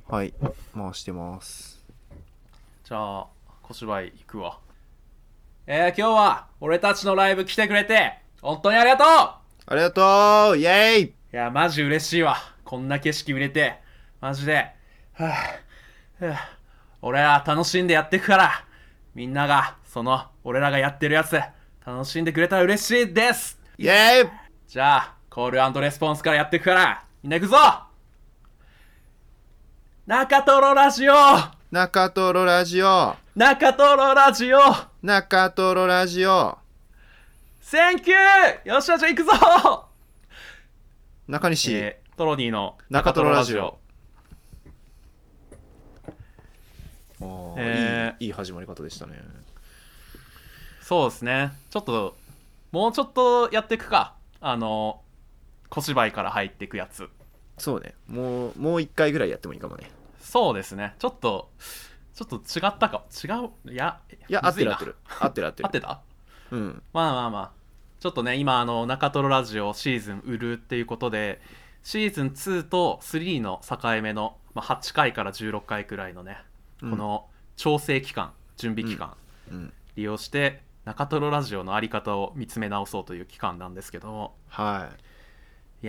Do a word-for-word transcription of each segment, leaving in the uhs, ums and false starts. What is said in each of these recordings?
はい、回してます。 じゃあ小芝居行くわ。えー、今日は俺たちのライブ来てくれて本当にありがとう。 ありがとう、イエーイ。 いやマジ嬉しいわ、こんな景色見れて。マジではぁ、はぁ、俺ら楽しんでやっていくから、みんながその俺らがやってるやつ楽しんでくれたら嬉しいです。 イエーイ。 じゃあコール&レスポンスからやっていくから、みんな行くぞ。中トロラジオ、 中トロラジオ、 中トロラジオ、 中トロラジオ。 センキュー。よっしゃ、じゃあ行くぞ。 中西、 えー、トロニーの中トロラジオ。 おえー、いい、いい始まり方でしたね。 そうですね。ちょっともうちょっとやっていくか。あの小芝居から入っていくやつ。 そうね、もうもう一回ぐらいやってもいいかもね。 そうですね。ちょっとちょっと違ったか。違う。いやいや、合ってる合ってる合ってる合ってる合ってた。 うん。 まあまあまあ、ちょっとね、今あの中トロラジオシーズン売るっていうことで、シーズンツーとスリーの境目の、まあ、はちかいからじゅうろっかいくらいのね、 うん、 この調整期間、準備期間、 うんうん、 利用して中トロラジオのあり方を見つめ直そうという期間なんですけども、 はい。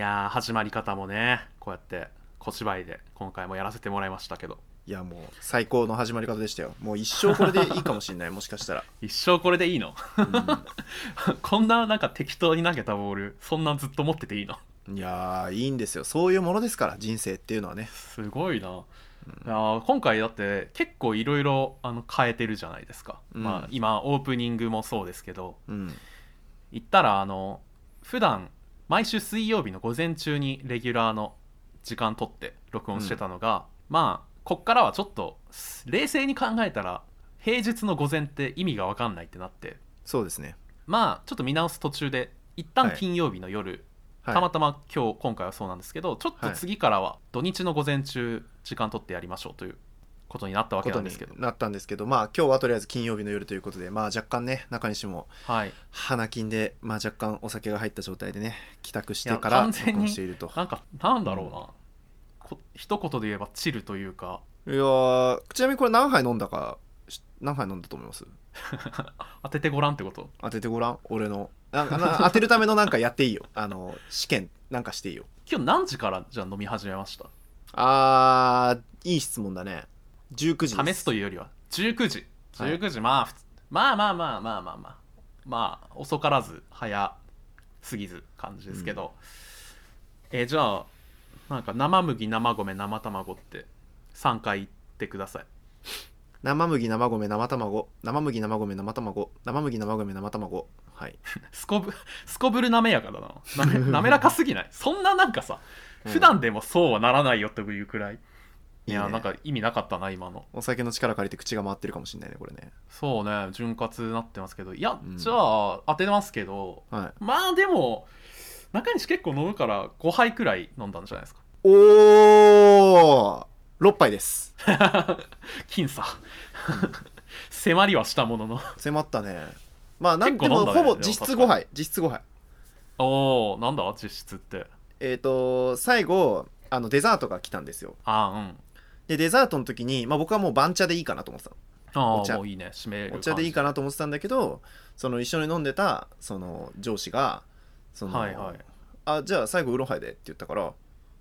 いやー、始まり方もね、こうやって小芝居で今回もやらせてもらいましたけど、 いや、もう最高の始まり方でしたよ。もう一生これでいいかもしれないもしかしたら一生これでいいの、うん、こんななんか適当に投げたボールそんなずっと持ってていいの？ いやー、いいんですよ。そういうものですから、人生っていうのはね。 すごいな、うん、いや今回だって結構いろいろ変えてるじゃないですか、うん、まあ、今オープニングもそうですけど、うん、言ったらあの普段毎週水曜日の午前中にレギュラーの時間取って録音してたのが、うん、まあこっからはちょっと冷静に考えたら平日の午前って意味が分かんないってなって、 そうですね、 まあちょっと見直す途中で一旦金曜日の夜、はい、たまたま今日今回はそうなんですけど、ちょっと次からは土日の午前中時間取ってやりましょうということになったわけなんですけど、 なったんですけど、まあ今日はとりあえず金曜日の夜ということで、まあ若干ね、中西も花金で、まあ若干お酒が入った状態でね、帰宅してから録音していると。 なんかなんだろうな、うん、一言で言えばチルというか。 いや、ちなみにこれ何杯飲んだか、何杯飲んだと思います？ 当ててごらんってこと？ 当ててごらん。俺のなんか当てるためのなんかやっていいよ。あの試験なんかしていいよ。 今日何時からじゃあ飲み始めました？ あー、いい質問だね。じゅうくじです。 試すというよりはじゅうくじ。じゅうくじ、はい、まあまあまあまあまあまあまあまあ遅からず早すぎず感じですけど、うん、えー、じゃあなんか生麦生米生卵ってさんかい言ってください。 生麦生米生卵、生麦生米生卵、生麦生米生卵。はい。 すこぶすこぶるなめやかだな。なめ滑らかすぎない？そんななんかさ、うん、普段でもそうはならないよというくらい。いや、いいね、なんか意味なかったな今の。 お酒の力借りて口が回ってるかもしれないねこれね。 そうね、潤滑になってますけど、いや、うん、じゃあ当てますけど、はい、まあでも中西結構飲むからごはいくらい飲んだんじゃないですか。 おー、ろっぱいです。 僅差。迫りはしたものの。 迫ったね。まあなんでもほぼ実質ごはい、実質ごはい。 おー、なんだ実質って。 えっと最後あのデザートが来たんですよ。 あー、うん。 でデザートの時に、まあ、僕はもう番茶でいいかなと思ってたの。 ああ、もういいね、締める感じ。 お茶でいいかなと思ってたんだけど、その一緒に飲んでたその上司がその、はいはい、あ、じゃあ最後ウーロンハイでって言ったから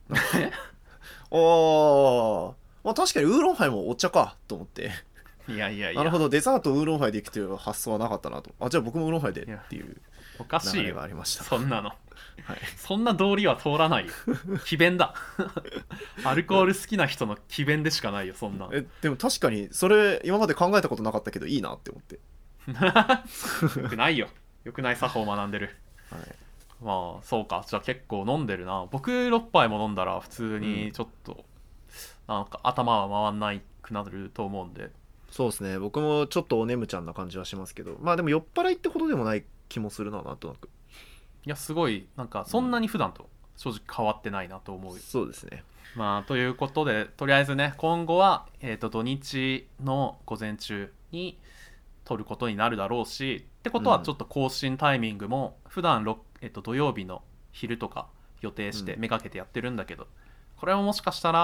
おー、まあ、確かにウーロンハイもお茶かと思って、 いやいやいや、 なるほど、デザートウーロンハイでいくという発想はなかったなと。あ、じゃあ僕もウーロンハイでっていうおかしい流れがありました。 そんなの、 はい、 そんな道理は通らないよ。詭弁だ。アルコール好きな人の詭弁でしかないよそんな。 えでも確かにそれ今まで考えたことなかったけどいいなって思って。 よくないよ、よくない作法を学んでる。はい、まあそうか、じゃあ結構飲んでるな。僕ろっぱいも飲んだら普通にちょっと、うん、なんか頭は回んないくなると思うんで。 そうですね、僕もちょっとお眠ちゃんな感じはしますけど、まあでも酔っ払いってほどでもない気もするな、なんとなく。 いやすごいなんかそんなに普段と正直変わってないなと思う、うん、 そうですね。 まあということでとりあえずね、今後は、えーと土日の午前中に撮ることになるだろうし、ってことはちょっと更新タイミングも普段、えーと土曜日の昼とか予定してめがけてやってるんだけど、うん、これももしかしたら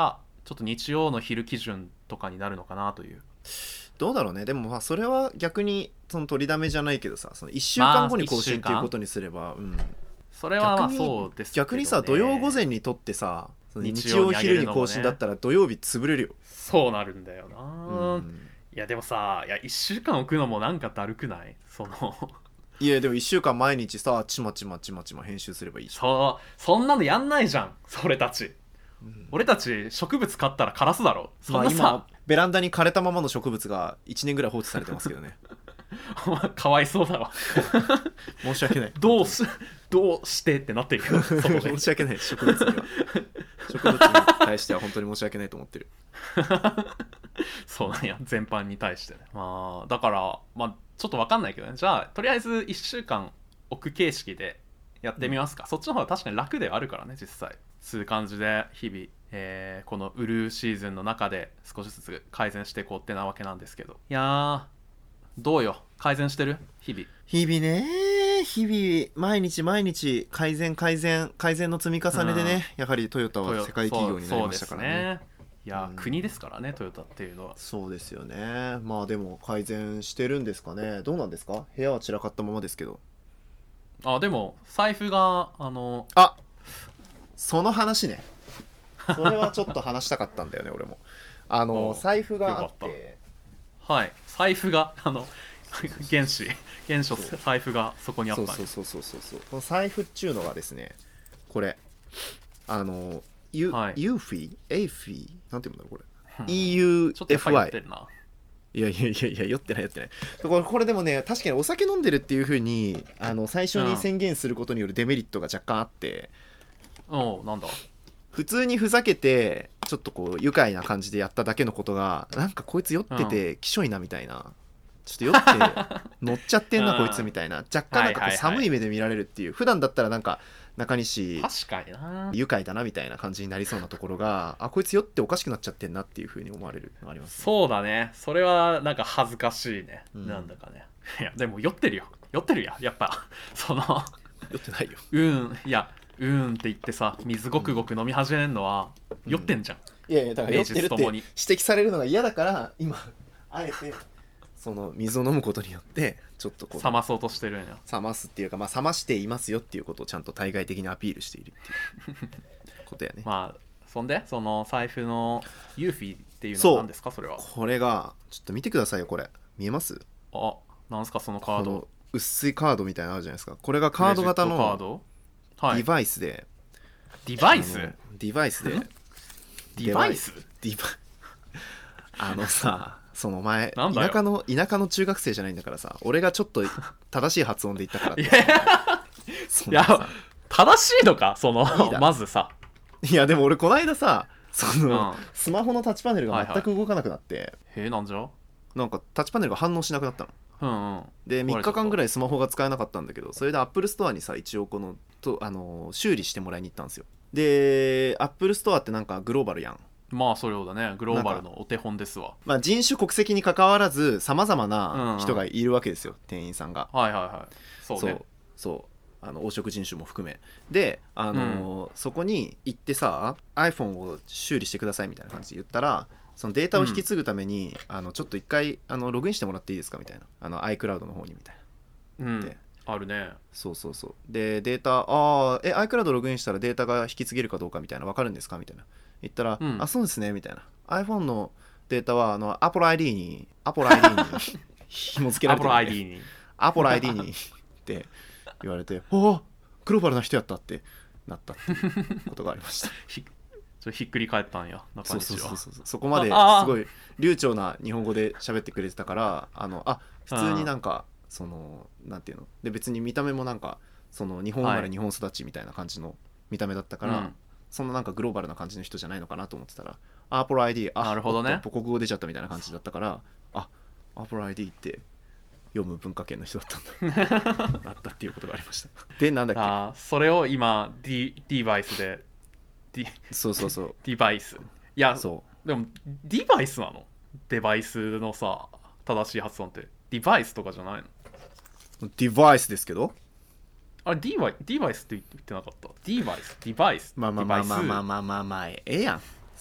ちょっと日曜の昼基準とかになるのかなという。 どうだろうね。でもまあそれは逆にその取りだめじゃないけどさ、そのいっしゅうかんごに更新っていうことにすれば、まあ、うんそれはまあそうですけど、ね、 逆にさ土曜午前にとってさその日曜昼に更新だったら土曜日潰れるよ。 そうなるんだよな、うん、いやでもさいやいっしゅうかん置くのもなんかだるくない？そのいやでもいっしゅうかん毎日さちまちまちまちま編集すればいいじゃん。 そうそんなのやんないじゃん俺たち、うん、俺たち植物買ったら枯らすだろ。そんなさ、まあ、今ベランダに枯れたままの植物がいちねんぐらい放置されてますけどねかわいそうだわ申し訳ない。 どうしどうしてってなってるけど申し訳ない。植物には植物に対しては本当に申し訳ないと思ってるそうなんや、全般に対してね。まあだからまあちょっと分かんないけどね。じゃあとりあえずいっしゅうかん置く形式でやってみますか、うん、そっちの方が確かに楽ではあるからね実際。そういう感じで日々、えー、この売るシーズンの中で少しずつ改善していこうってなわけなんですけど、いやーどうよ、改善してる？日々 日々ね、日々毎日毎日改善改善改善の積み重ねでね、うん、やはりトヨタは世界企業になりましたからね。そうですね。 いや、うん、国ですからねトヨタっていうのは。 そうですよね。まあでも改善してるんですかね。どうなんですか？部屋は散らかったままですけど。 あ、でも財布があのあその話ね。それはちょっと話したかったんだよね俺も。あの財布があって、 はい、財布があの原子原子財布がそこにあったんそうそうそうそうそう。この財布っちゅうのがですね、これあのユ、はい、ユーフィーエイフィーなんていうんだろうこれ、うん、イーユーエフワイ いやいやいやいや酔ってない酔ってないこれ、これでもね確かにお酒飲んでるっていう風にあの最初に宣言することによるデメリットが若干あって、 うん、おなんだ普通にふざけてちょっとこう愉快な感じでやっただけのことがなんかこいつ酔っててきしょいなみたいな、ちょっと酔って乗っちゃってんなこいつみたいな、若干なんかこう寒い目で見られるっていう、普段だったらなんか中西確かにな愉快だなみたいな感じになりそうなところが、あこいつ酔っておかしくなっちゃってんなっていう風に思われるのがあります、ね、 そうだね。それはなんか恥ずかしいね、うん、なんだかね。いやでも酔ってるよ酔ってるややっぱその酔ってないよ。 うんいやうーんって言ってさ水ごくごく飲み始めるのは酔ってんじゃん、 うん、いやいやだから酔ってるって指摘されるのが嫌だから今あえてその水を飲むことによってちょっとこう冷まそうとしてるんや。 冷ますっていうか、まあ、冷ましていますよっていうことをちゃんと対外的にアピールしているっていうことやねまあそんでその財布のユーフィーっていうのは何ですか？それはこれがちょっと見てくださいよ。これ見えます？ あ、なんすかそのカード。この薄いカードみたいなのあるじゃないですか。これがカード型のカード、はい、 デバイスでデバイスデバイスでデバイスデバあのさその前田舎の田舎の中学生じゃないんだからさ、俺がちょっと正しい発音で言ったからっていや正しいのかそのまずさ。 いやでも俺この間さその、うん、スマホのタッチパネルが全く動かなくなって、はいはい、 へえなんじゃなんかタッチパネルが反応しなくなったの、 うんうん、 でみっかかんぐらいスマホが使えなかったんだけど、それでアップルストアにさ一応このとあの修理してもらいに行ったんですよ。でアップルストアってなんかグローバルやん。 まあそれだね、グローバルのお手本ですわ。 まあ、人種国籍に関わらずさまざまな人がいるわけですよ、うんうん、店員さんが。 はいはいはい。そうね。 そうそうあの黄色人種も含めで、あのーうん、そこに行ってさ iPhone を修理してくださいみたいな感じで言ったら、そのデータを引き継ぐために、うん、あのちょっと一回あのログインしてもらっていいですかみたいな、あの iCloud の方にみたいな、うん、あるね。 そうそうそう。でデータあえ iCloud ログインしたらデータが引き継げるかどうかみたいな分かるんですかみたいな言ったら、うん、あそうですねみたいな、 iPhone のデータはあの Apple アイディー に Apple アイディー に紐付けられてるんで Apple アイディー に Apple アイディー にって言われておおグローバルな人やったってなったっていうことがありましたひちょっとひっくり返ったんや中西は。 そうそうそうそう、そこまですごい流暢な日本語で喋ってくれてたから、あのあ普通になんかそのなんていうので別に見た目もなんかその日本生まれ日本育ちみたいな感じの見た目だったから、はい、そんななんかグローバルな感じの人じゃないのかなと思ってたら Apple アイディー あなるほどね、 母国語出ちゃったみたいな感じだったから、あ Apple アイディー って読む文化圏の人だったんだなったっていうことがありましたでなんだっけ、 あそれを今 D デバイスで D そうそうそうデバイス、いやそうでもデバイスなの、デバイスのさ正しい発音ってデバイスとかじゃないの？ デバイスですけど、 あれ デバイスって言ってなかった？デバイスデバイスまあまあまあまあまあまあまあまあええやん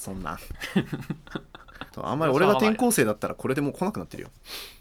そんなあんまり俺が転校生だったらこれでもう来なくなってるよ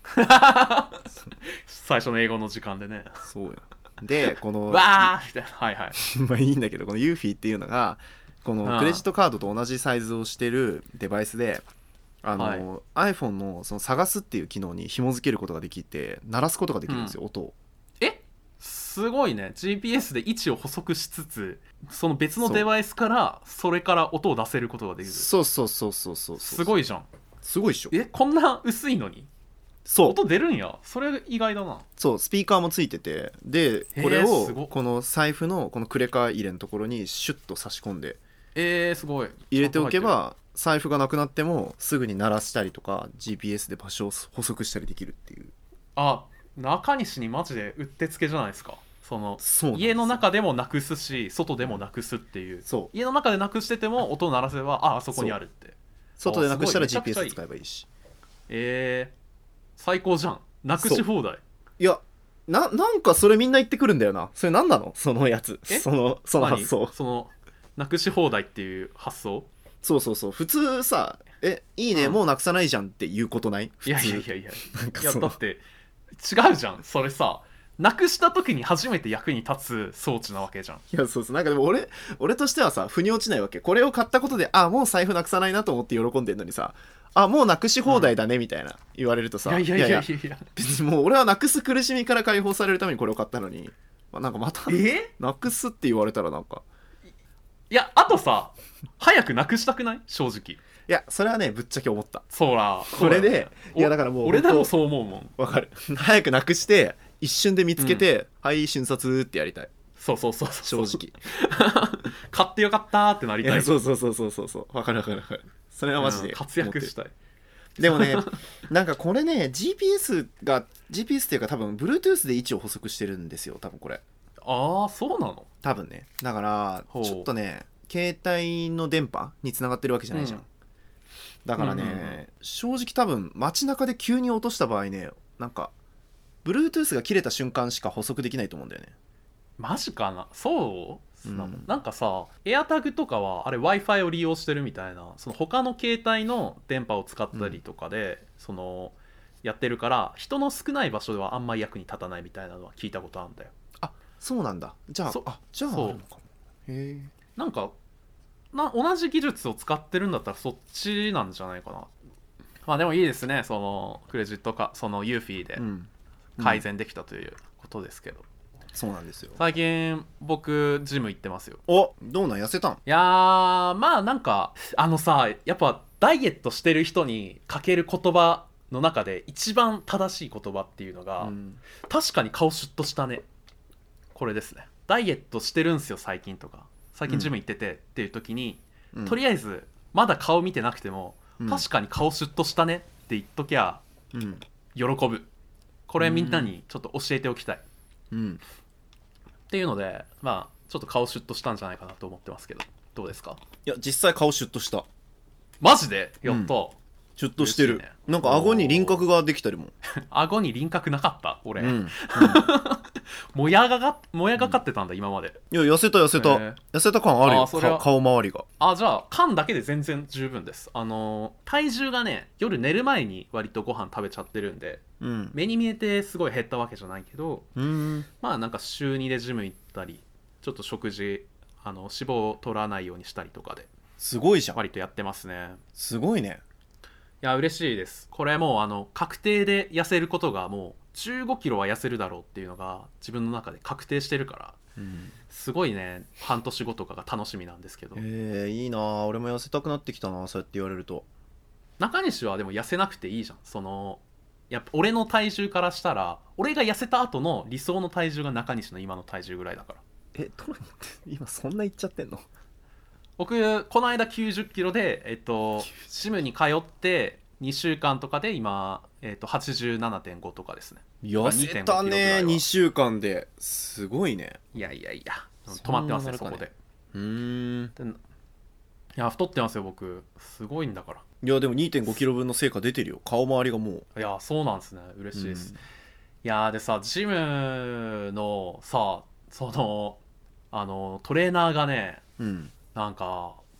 最初の英語の時間でね。 そうよ。でこのわーみたいな、はいはいまあいいんだけど、このユーフィーっていうのがこのクレジットカードと同じサイズをしてるデバイスで、あの、はい、iPhone のその探すっていう機能に紐付けることができて鳴らすことができるんですよ、うん、音を。 えすごいね。 ジーピーエス で位置を補足しつつその別のデバイスからそれから音を出せることができる。 そうそうそうそうそうそう。 すごいじゃん。 すごいっしょ。 えこんな薄いのにそう音出るんや。それ意外だな。 そうスピーカーもついてて、でこれをこの財布のこのクレカ入れのところにシュッと差し込んで、 えー、すごい入れておけば財布がなくなってもすぐに鳴らしたりとか ジーピーエス で場所を補足したりできるっていう。 あ、中西にマジでうってつけじゃないですか。その家の中でもなくすし外でもなくすっていう。そう家の中でなくしてても音を鳴らせばああそこにあるって。 外でなくしたら ジーピーエス 使えばいいし。 えー、最高じゃん。なくし放題。 いや な, なんかそれみんな言ってくるんだよな。それ何なのそのやつ。そのその発想。 そのなくし放題っていう発想。 そうそうそう。普通さえいいね、うん、もうなくさないじゃんっていうことない？普通。 いやいやいやいやいやだって違うじゃん。それさなくした時に初めて役に立つ装置なわけじゃん。 いやそうそう。なんかでも俺俺としてはさ腑に落ちないわけ。これを買ったことであもう財布なくさないなと思って喜んでんのにさ、あもうなくし放題だねみたいな言われるとさ、 うん、いやいやいやいやいや別にもう俺はなくす苦しみから解放されるためにこれを買ったのに、まあ、なんかまたえなくすって言われたらなんかいやあとさ早くなくしたくない？正直いやそれはねぶっちゃけ思った。 そうらこれでいやだからもう俺でもそう思うもん。 わかる早くなくして一瞬で見つけて、うん、はい瞬殺ってやりたい。 そうそうそうそう正直買ってよかったってなりたい。いやそうそうそうそうそうそうわかるわかるわかる。それはマジで、うん、 活躍したい。 でもねなんかこれね ジーピーエス が ジーピーエス っていうか多分 Bluetooth で位置を補足してるんですよ多分これ。 ああそうなの？ 多分ね。だからちょっとね携帯の電波につながってるわけじゃないじゃん、うん、だからね、うんうんうん、正直多分街中で急に落とした場合ねなんか Bluetooth が切れた瞬間しか補足できないと思うんだよね。 マジかな。そう、うん、なんかさ AirTag とかはあれ Wi-Fi を利用してるみたいな、その他の携帯の電波を使ったりとかで、うん、そのやってるから人の少ない場所ではあんまり役に立たないみたいなのは聞いたことあるんだよ。 あそうなんだ。じゃああじゃああるのかも。へえ。 なんかな同じ技術を使ってるんだったらそっちなんじゃないかな。まあでもいいですね、そのクレジットかそのユーフィーで改善できたということですけど、うんうん、そうなんですよ。 最近僕ジム行ってますよ。 おどうなん？痩せたん？いやーまあなんかあのさやっぱダイエットしてる人にかける言葉の中で一番正しい言葉っていうのが、うん、確かに顔シュッとしたね。これですね。ダイエットしてるんすよ最近とか最近ジム行っててっていう時に、うん、とりあえずまだ顔見てなくても、うん、確かに顔シュッとしたねって言っときゃ、うん、喜ぶ。これみんなにちょっと教えておきたい、うん、っていうのでまあちょっと顔シュッとしたんじゃないかなと思ってますけどどうですか？ いや実際顔シュッとした。マジで？ やっと、うんシュッとしてる、ね、なんか顎に輪郭ができたりも。 顎に輪郭なかった俺、うんうん、もやががもやがかってたんだ、うん、今まで。いや痩せた痩せた、えー、痩せた感あるよ。あ顔周りが。 あじゃあ缶だけで全然十分です。あのー、体重がね夜寝る前に割とご飯食べちゃってるんで、うん、目に見えてすごい減ったわけじゃないけど、うん、まあなんか週にでジム行ったりちょっと食事あの脂肪を取らないようにしたりとかですごいじゃん。 割とやってますね。 すごいね。 いや嬉しいです。これもうあの確定で痩せることがもうじゅうごキロは痩せるだろうっていうのが自分の中で確定してるから、うん、すごいね半年後とかが楽しみなんですけど。 えー、いいな。俺も痩せたくなってきたなそうやって言われると。 中西はでも痩せなくていいじゃん。そのやっぱ俺の体重からしたら俺が痩せた後の理想の体重が中西の今の体重ぐらいだから。 えどう今そんな言っちゃってんの？ 僕この間きゅうじゅっキロで、えっと、ジムに通ってにしゅうかんとかで今、えっと、はちじゅうななてんごとかですね。 痩せたね。にしゅうかんですごいね。 いやいやいや止まってますねそこで。うーんでいや太ってますよ僕。すごいんだから。 いやでも にてんごキロぶんの成果出てるよ。顔周りがもう。 いやそうなんですね。嬉しいです、うん、いやでさジムのさそのあのトレーナーがね、うんなんか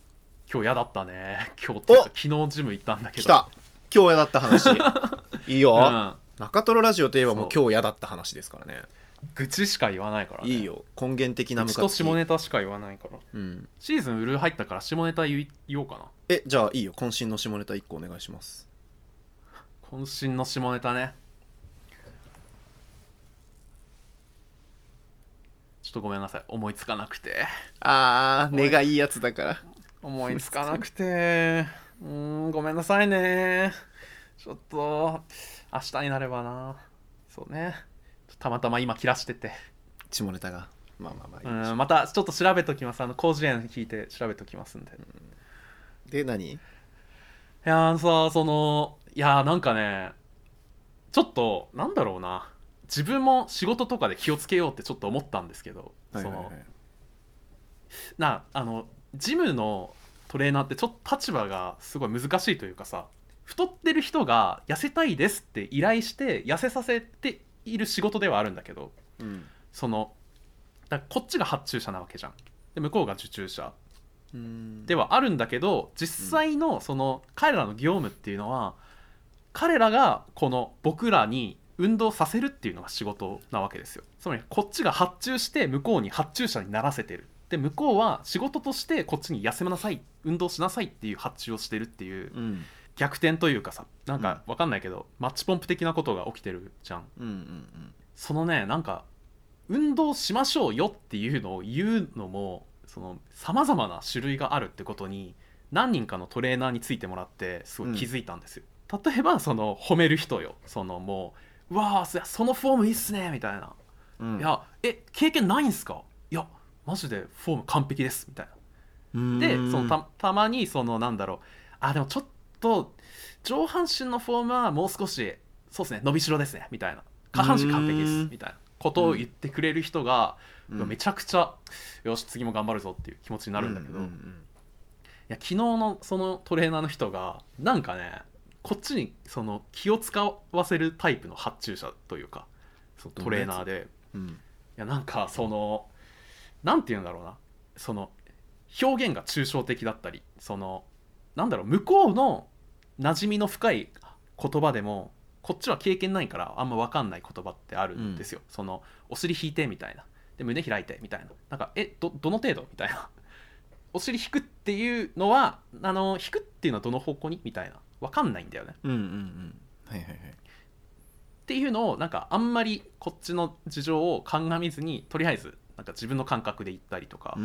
今日嫌だったね。今日って昨日ジム行ったんだけど。 来た。今日嫌だった話。いいよ、うん、中トロラジオといえばもう今日嫌だった話ですからね。 愚痴しか言わないからね。 いいよ、根源的なムカつき。愚痴と下ネタしか言わないから、 うん、 シーズンウル入ったから下ネタ言おうかな。 え、じゃあいいよ、渾身の下ネタいっこお願いします。 渾身の下ネタね。ちょっとごめんなさい、思いつかなくて。 あー、根がいいやつだから思いつかなくてうーん、ごめんなさいね。ちょっと明日になればな。そうね、たまたま今切らしてて下ネタがまあまあまあいい、うん、またちょっと調べときます。あの広辞苑聞いて調べときますんで、うん、 で何。いやさ、そのいやなんかね、ちょっとなんだろうな、自分も仕事とかで気をつけようってちょっと思ったんですけど、はいはいはい、そのなあのジムのトレーナーってちょっと立場がすごい難しいというかさ、太ってる人が痩せたいですって依頼して痩せさせている仕事ではあるんだけど、うん、そのだこっちが発注者なわけじゃん。で向こうが受注者ではあるんだけど、実際のその彼らの業務っていうのは、彼らがこの僕らに運動させるっていうのが仕事なわけですよ。つまりこっちが発注して向こうに発注者にならせてる。で向こうは仕事としてこっちに休めなさい、運動しなさいっていう発注をしてるっていう、うん、逆転というかさ、なんか分かんないけど、うん、マッチポンプ的なことが起きてるじゃん、うんうんうん、そのね、なんか運動しましょうよっていうのを言うのも、その様々な種類があるってことに何人かのトレーナーについてもらってすごい気づいたんですよ、うん、例えばその褒める人よ、そのもううわーそのフォームいいっすねみたいな、うん、いやえ経験ないんすか、いやマジでフォーム完璧ですみたいな。でその た, たまにそのなんだろう、あでもちょっと上半身のフォームはもう少しそうですね伸びしろですねみたいな、下半身完璧ですみたいなことを言ってくれる人が、うん、めちゃくちゃよし次も頑張るぞっていう気持ちになるんだけど、うんうんうん、いや昨日のそのトレーナーの人がなんかね、こっちにその気を使わせるタイプの発注者というか、そのトレーナーで、うん、いやなんかそのなんて言うんだろうな、その表現が抽象的だったり、そのなんだろう、向こうの馴染みの深い言葉でもこっちは経験ないからあんま分かんない言葉ってあるんですよ、うん、そのお尻引いてみたいな、で胸開いてみたいな、なんかえ ど, どの程度みたいなお尻引くっていうのはあの引くっていうのはどの方向にみたいな分かんないんだよね、うんうんうん、はいはいはい、っていうのをなんかあんまりこっちの事情を鑑みずに、とりあえずなんか自分の感覚で言ったりとか、うん、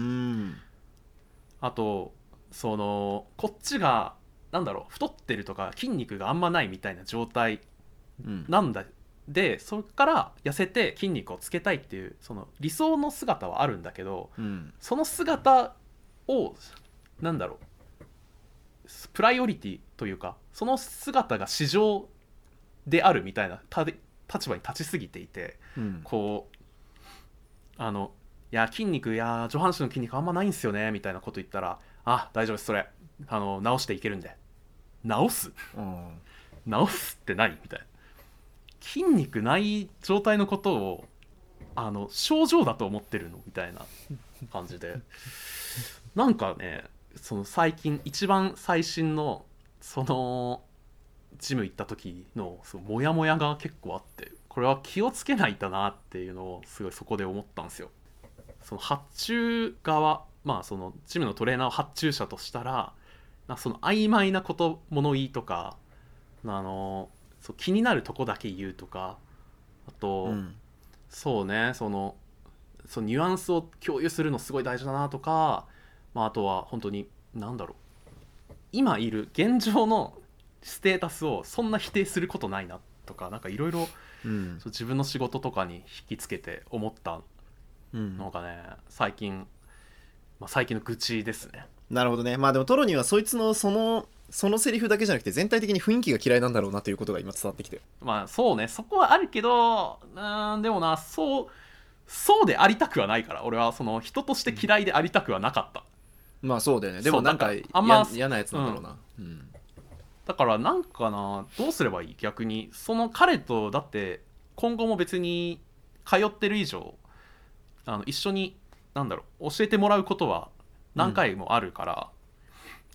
あとそのこっちがなんだろう太ってるとか筋肉があんまないみたいな状態なんだ、うん、でそれから痩せて筋肉をつけたいっていうその理想の姿はあるんだけど、うん、その姿をなんだろうプライオリティというか、その姿が市場であるみたいな立場に立ちすぎていて、うん、こうあのいや筋肉いや上半身の筋肉あんまないんすよねみたいなこと言ったら、あ大丈夫です、それあの直していけるんで。直す、うん、直すって何みたいな、筋肉ない状態のことをあの症状だと思ってるのみたいな感じでなんかね、その最近一番最新のそのジム行った時のそのモヤモヤが結構あって、これは気をつけないとなっていうのをすごいそこで思ったんですよ。その発注側、まあそのジムのトレーナーを発注者としたら、その曖昧なこと物言いとか、あのそう気になるとこだけ言うとか、あと、うん、そうね、そのそのニュアンスを共有するのすごい大事だなとか、まあ、あとは本当に何だろう、今いる現状のステータスをそんな否定することないなとか、なんかいろいろ自分の仕事とかに引きつけて思ったのがね、うん、最近、まあ、最近の愚痴ですね。 なるほどね。まあでもトロにはそいつのそのそのセリフだけじゃなくて全体的に雰囲気が嫌いなんだろうなということが今伝わってきて、 まあそうね、そこはあるけど、うんでもな、そうそうでありたくはないから、俺はその人として嫌いでありたくはなかった、 うん、まあそうだよね。でもなんかあんま嫌なやつなんだろうな、うんうん、 だからなんかな、どうすればいい、逆にその彼とだって今後も別に通ってる以上あの一緒になんだろう教えてもらうことは何回もあるから、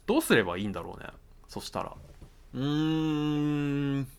どうすればいいんだろうね、そしたら。 うーん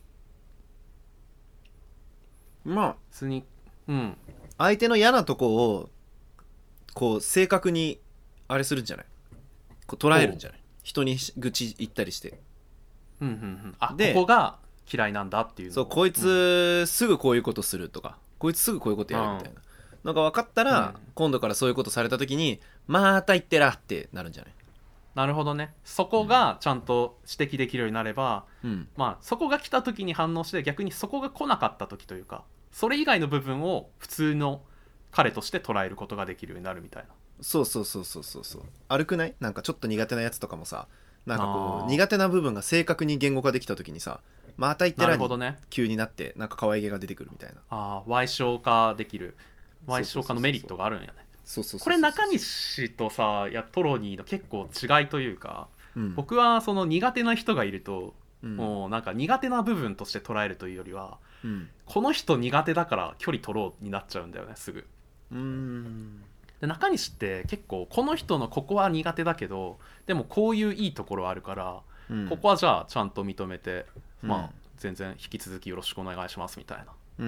まあ普通にうん相手の嫌なとこをこう正確にあれするんじゃない、こう捉えるんじゃない、人に愚痴言ったりして、 うんうんうん、あでここが嫌いなんだっていうのそうこいつ、うん、すぐこういうことするとか、こいつすぐこういうことやるみたいなのが分かったら、うん、今度からそういうことされた時にまた言ってらってなるんじゃない。 なるほどね。そこがちゃんと指摘できるようになれば、 うん、 まあそこが来た時に反応して、逆にそこが来なかった時というか、それ以外の部分を普通の彼として捉えることができるようになるみたいな。 そうそうそうそうそうそう、悪くない？なんかちょっと苦手なやつとかもさ、なんかこう苦手な部分が正確に言語化できた時にさ、また言ってらに急になってなんか可愛げが出てくるみたいな。 ああ、歪小化できる、歪小化のメリットがあるんやね。 そうそうそうそう、 これ中西とさ、いやトロニーの結構違いというか、 うん、 僕はその苦手な人がいると、 うん、 もうなんか苦手な部分として捉えるというよりは、 うん、 この人苦手だから距離取ろうになっちゃうんだよね、すぐ。 うーんで中西って結構この人のここは苦手だけど、でもこういういいところあるから、うん、ここはじゃあちゃんと認めて、うん、まあ全然引き続きよろしくお願いしますみたいな、 うん、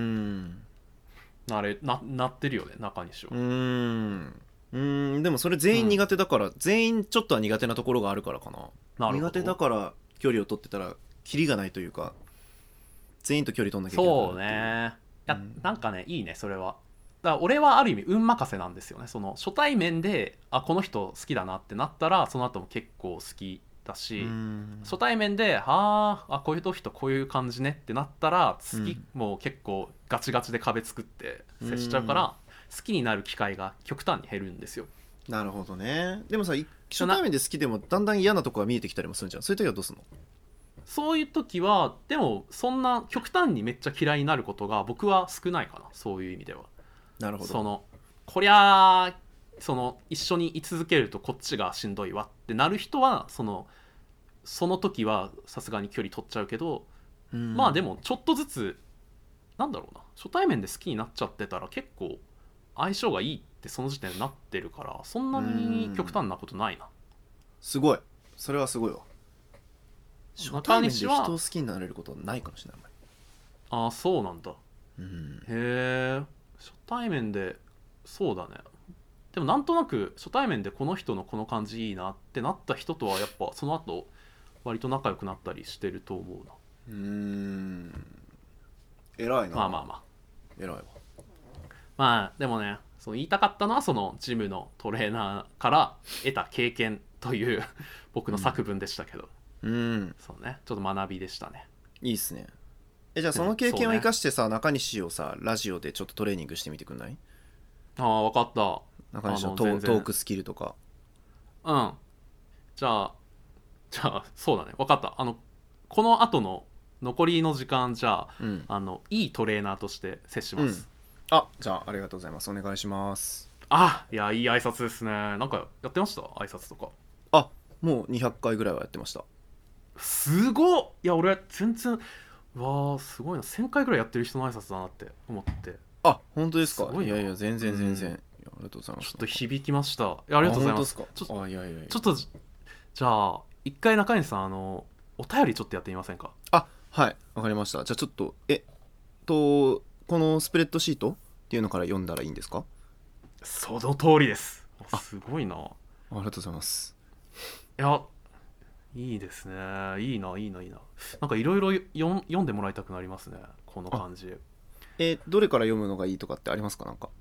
あれ な, なってるよね中西は。 うーんうーんでもそれ全員苦手だから、うん、全員ちょっとは苦手なところがあるからかな。苦手だから距離を取ってたらキリがないというか、全員と距離取んなきゃいけない。 そうね、いや、うん、なんかねいいねそれは。だから俺はある意味運任せなんですよね。その初対面であこの人好きだなってなったらその後も結構好きだし、初対面でああこういう人こういう感じねってなったら次もう結構ガチガチで壁作って接しちゃうから、好きになる機会が極端に減るんですよ。 なるほどね。でもさ初対面で好きでもだんだん嫌なとこが見えてきたりもするんじゃん。そういう時はどうすんの？ そういう時はでもそんな極端にめっちゃ嫌いになることが僕は少ないかな、そういう意味では。 なるほど。 そのこりゃその一緒に居続けるとこっちがしんどいわってなる人はそのその時はさすがに距離取っちゃうけど、うん、まあでもちょっとずつなんだろうな、初対面で好きになっちゃってたら結構相性がいいってその時点でなってるから、そんなに極端なことないな。 すごい、それはすごいわ。初対面で人を好きになれることはないかもしれない。 ああそうなんだ、 うん、 へえ。初対面でそうだね。でもなんとなく初対面でこの人のこの感じいいなってなった人とはやっぱその後割と仲良くなったりしてると思うな。 うーん偉いな。 まあまあまあ偉いわ。 まあでもね、その言いたかったのはそのジムのトレーナーから得た経験という僕の作文でしたけど、 うん、うん、 そうね、ちょっと学びでしたね。 いいっすね。えじゃあその経験を生かしてさ、ね、中西をさラジオでちょっとトレーニングしてみてくんない？ ああ分かった。 中西のトークスキルとか。 うんじゃあじゃあそうだね分かった。あのこの後の残りの時間じゃあ、うん、あのいいトレーナーとして接します、 うん、あじゃあありがとうございます。お願いします。 あいやいい挨拶ですね。なんかやってました挨拶とか？ あもうにひゃっかいぐらいはやってました。 すごっ。いや俺全然わあすごいな、せんかいぐらいやってる人の挨拶だなって思って。 あ本当ですか？いやいや全然全然、うん、いやありがとうございます。 ちょっと響きました。いやありがとうございます。 ちょっとあいやいやいやちょっとじゃあ一回中西さんあのお便りちょっとやってみませんか？ あはいわかりました。じゃあちょっとえっとこのスプレッドシートっていうのから読んだらいいんですか？ その通りです。すごいな。ありがとうございます。 いやいいですね。いいないいないいな。なんかいろいろ読んでもらいたくなりますねこの感じ。 えどれから読むのがいいとかってありますか？なんか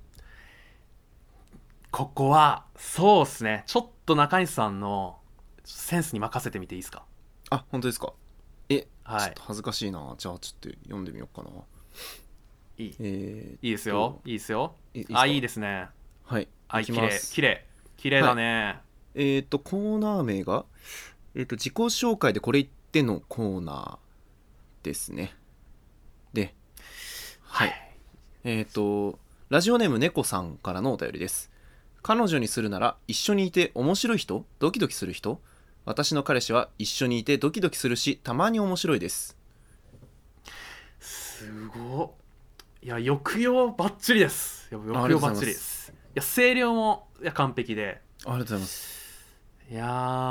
ここはそうっすね、ちょっと中西さんのセンスに任せてみていいですか？ あ本当ですか？え、 はい、 ちょっと恥ずかしいな。じゃあちょっと読んでみようかな。 いい、 えー、いいですよいいですよ。いいあいいですね。 はいはい、きれいきれいきれいだね、はい、 えっ、ー、とコーナー名がえっ、ー、と自己紹介でこれ言ってのコーナーですね。ではい、はい、えっ、ー、とラジオネーム猫さんからのお便りです。彼女にするなら一緒にいて面白い人、ドキドキする人。私の彼氏は一緒にいてドキドキするし、たまに面白いです。 すごっ。いや抑揚バッチリです。いや抑揚バッチリです。いや声量もいや完璧で。 ありがとうございます。 いや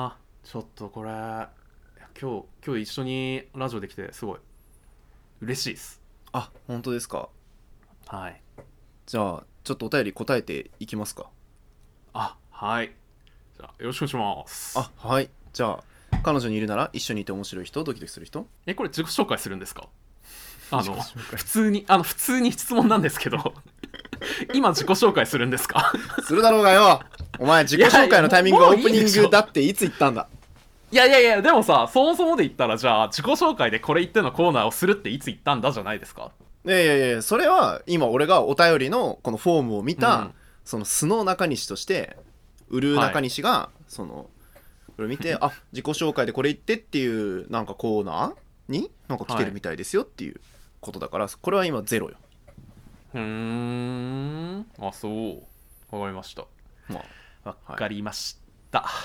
ちょっとこれ今日今日一緒にラジオできてすごい嬉しいです。 あ、本当ですか。 はい。 じゃあちょっとお便り答えていきますか。 あ、はい。じゃあよろしくお願いします。 あ、はい。じゃあ彼女にいるなら一緒にいて面白い人、ドキドキする人。 え、これ自己紹介するんですか？あの普通にあの普通に質問なんですけど今自己紹介するんですか？ するだろうがよ。お前自己紹介のタイミングがオープニングだっていつ言ったんだ。 いやいやいや、でもさ、そもそもで言ったらじゃあ自己紹介でこれ言ってのコーナーをするっていつ言ったんだじゃないですか。 いやいやいや、それは今俺がお便りのこのフォームを見た、うん、その素の中西として売る中西が、はい、そのこれ見てあ自己紹介でこれ言ってっていうなんかコーナーになんか来てるみたいですよっていうことだから、はい、これは今ゼロよ。 うーん、あ、そうわかりました。まあ、わかりました、はい、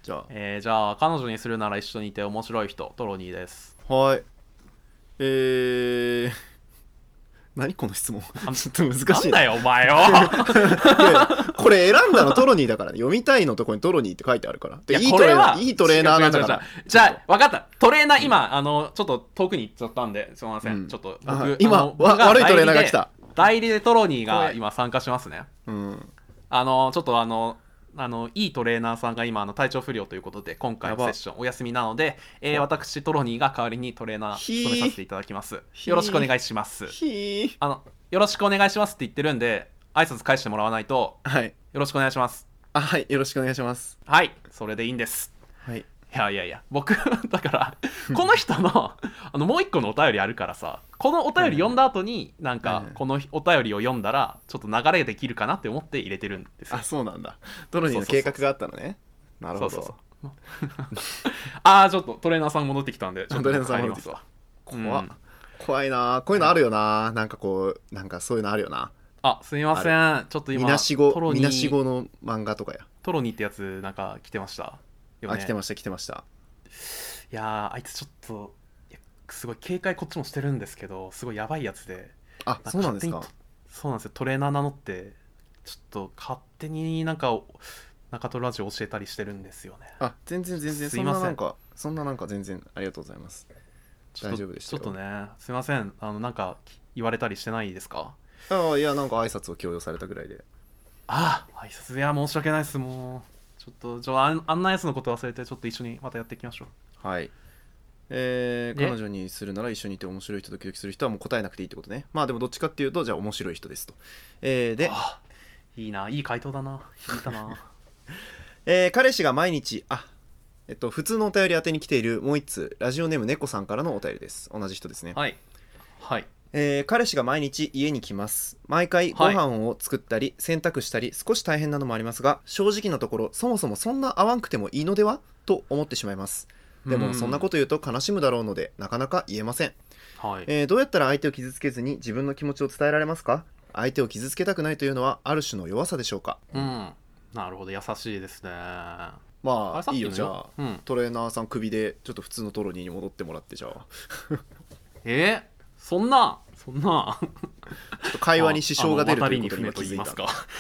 じゃあ、えー、じゃあ彼女にするなら一緒にいて面白い人、トロニーです。 はい。えー何この質問ちょっと難しい。 なんだよお前よこれ選んだのトロニーだから、ね、読みたいのとこにトロニーって書いてあるから。でいいトレーナー、いいトレーナーなんだから。 じゃあ分かった。トレーナー今、うん、あのちょっと遠くに行っちゃったんですみません、うん、ちょっと僕今悪いトレーナーが来た。 代理でトロニーが今参加しますね。 うん、 あのちょっとあのあのいいトレーナーさんが今あの体調不良ということで今回のセッションお休みなので、えー、私トロニーが代わりにトレーナー務めさせていただきます。よろしくお願いします。あのよろしくお願いしますって言ってるんで挨拶返してもらわないと、 はい、 よろしくお願いします。 あ、はいよろしくお願いします。 はい、それでいいんです。 はい。 いやいやいや僕だからこの人のあのもう一個のお便りあるからさ、このお便り読んだ後になんかこのお便りを読んだらちょっと流れできるかなって思って入れてるんですよ。 あ、そうなんだ。トロニーの計画があったのね。なるほど。そうそうそうあーちょっとトレーナーさん戻ってきたんでちょっと帰りますわ。 怖っ、うん、怖いな。こういうのあるよな。なんかこうなんかそういうのあるよな。 あ、すみません、ちょっと今みなしごみなしごの漫画とかやトロニーってやつなんか来てましたよね。 あ、来てました来てました。 いやーあいつちょっとすごい警戒こっちもしてるんですけどすごいやばいやつで。 あ、そうなんですか。 そうなんですよ。トレーナー名乗ってちょっと勝手になんか中トロラジオ教えたりしてるんですよね。 あ、全然全然そんななんかそんななんか全然ありがとうございます。大丈夫でしたよ。 ちょっとねすいません、あのなんか言われたりしてないですか？ ああ、いやなんか挨拶を強要されたぐらいで。 ああ、挨拶、いや申し訳ないです。もうちょっとちょ あ, あんなやつのこと忘れてちょっと一緒にまたやっていきましょう。はい。えー、彼女にするなら一緒にいて面白い人、ドキドキする人はもう答えなくていいってことね。まあでもどっちかっていうとじゃあ面白い人ですと。えー、で、 あ、いいな、いい回答だな、いいかな。 えー、彼氏が毎日あえっと普通のお便り宛てに来ているもう一通ラジオネーム猫さんからのお便りです。同じ人ですね。 はいはい。 えー、彼氏が毎日家に来ます。毎回ご飯を作ったり、はい、洗濯したり少し大変なのもありますが、正直なところそもそもそんな合わんくてもいいのではと思ってしまいます。でもそんなこと言うと悲しむだろうのでなかなか言えません。はい。えー、どうやったら相手を傷つけずに自分の気持ちを伝えられますか？相手を傷つけたくないというのはある種の弱さでしょうか？ うん、なるほど、優しいですね。 まあいいよ、じゃあ、うん、トレーナーさん首でちょっと普通のトロニーに戻ってもらって。じゃあえー、そんなそんなちょっと会話に支障が出るということに今気づいた。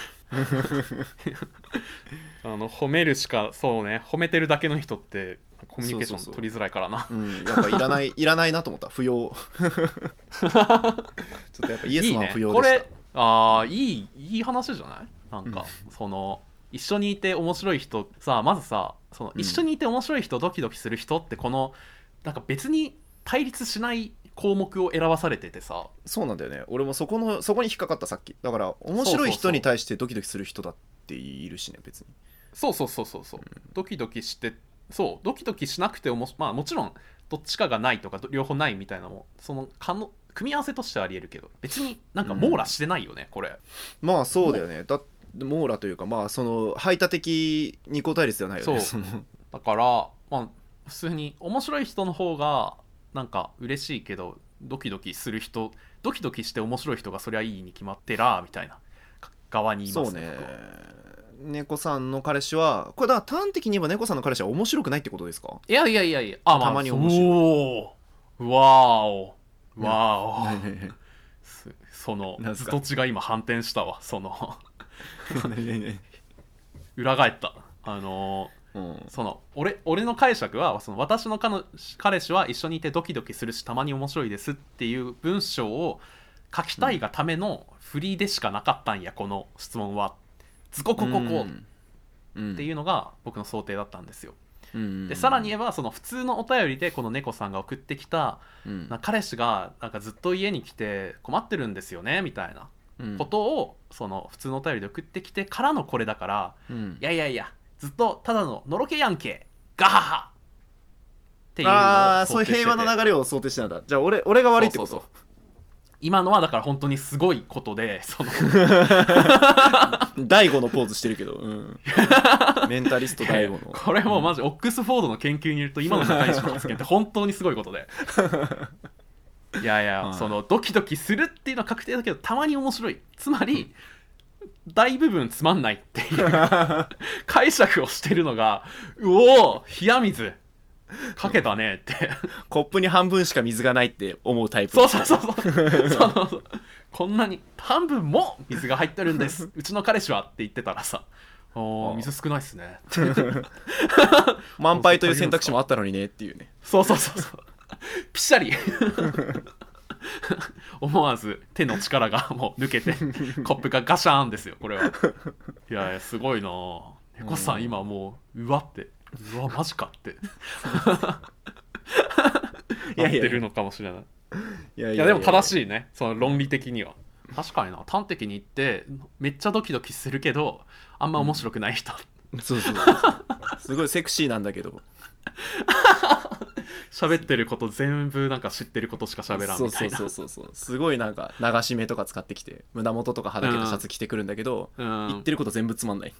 あの褒めるしか、そうね、褒めてるだけの人ってコミュニケーション取りづらいからな。 そうそうそう、うん、やっぱいらないいらないなと思った。不要ちょっとやっぱイエスマン不要でした。いいね、これああ、いいいい話じゃない？なんか、うん、その一緒にいて面白い人さ、まずさ、その一緒にいて面白い人、ドキドキする人ってこのなんか別に対立しない項目を選ばされててさ。 そうなんだよね。俺もそこのそこに引っかかった。さっきだから面白い人に対してドキドキする人だっているしね、別に。 そうそうそうそうそう、うん、ドキドキして、そうドキドキしなくても、まあもちろんどっちかがないとか両方ないみたいなのもそのかの組み合わせとしてはありえるけど、別になんか網羅してないよね、うん、これ。 まあそうだよね。だ網羅というか、まあその排他的二項対立ではないよね。 そうだからまあ普通に面白い人の方がなんか嬉しいけど、ドキドキする人、ドキドキして面白い人がそりゃいいに決まってらみたいな側にいますね。 そうね。猫さんの彼氏はこれだから端的に言えば猫さんの彼氏は面白くないってことですか？ いやいやいやいや、あ、まあ、たまに面白い。おー、わーおわーおその図とちが今反転したわ。その裏返った。あのうん、 その 俺, 俺の解釈はその私の彼氏は一緒にいてドキドキするしたまに面白いですっていう文章を書きたいがための振りでしかなかったんや、この質問はズココココっていうのが僕の想定だったんですよ。でさらに言えばその普通のお便りでこの猫さんが送ってきた、うん、な彼氏がなんかずっと家に来て困ってるんですよねみたいなことをその普通のお便りで送ってきてからのこれだから、うん、いやいやいやずっとただののろけやんけガハハっていうのをああそういう平和な流れを想定してたんだ。じゃあ 俺, 俺が悪いってこと。そうそうそう今のはだから本当にすごいことでその大悟のポーズしてるけど、うん、メンタリスト大悟のこれもうマジ、うん、オックスフォードの研究によると今の中西の発言って本当にすごいことでいやいや、はい、そのドキドキするっていうのは確定だけどたまに面白い、つまり大部分つまんないっていう解釈をしてるのがうおー冷や水かけたねってコップに半分しか水がないって思うタイプ。 そうそうそうそうそうこんなに半分も水が入ってるんですうちの彼氏はって言ってたらさお水少ないっすね満杯という選択肢もあったのにねっていうね。 そうそうそうそうピシャリ思わず手の力がもう抜けてコップがガシャーンですよこれは。いやいやすごいな猫さん今もううわってうわマジかってやってるのかもしれない。いやいやいやでも正しいねその論理的には。確かにな端的に言ってめっちゃドキドキするけどあんま面白くない人、 うん、そうそうすごいセクシーなんだけど喋ってること全部なんか知ってることしか喋らんみたいな。 そうそうそうそうすごいなんか流し目とか使ってきて胸元とかはだけたシャツ着てくるんだけど、うん、言ってること全部つまんない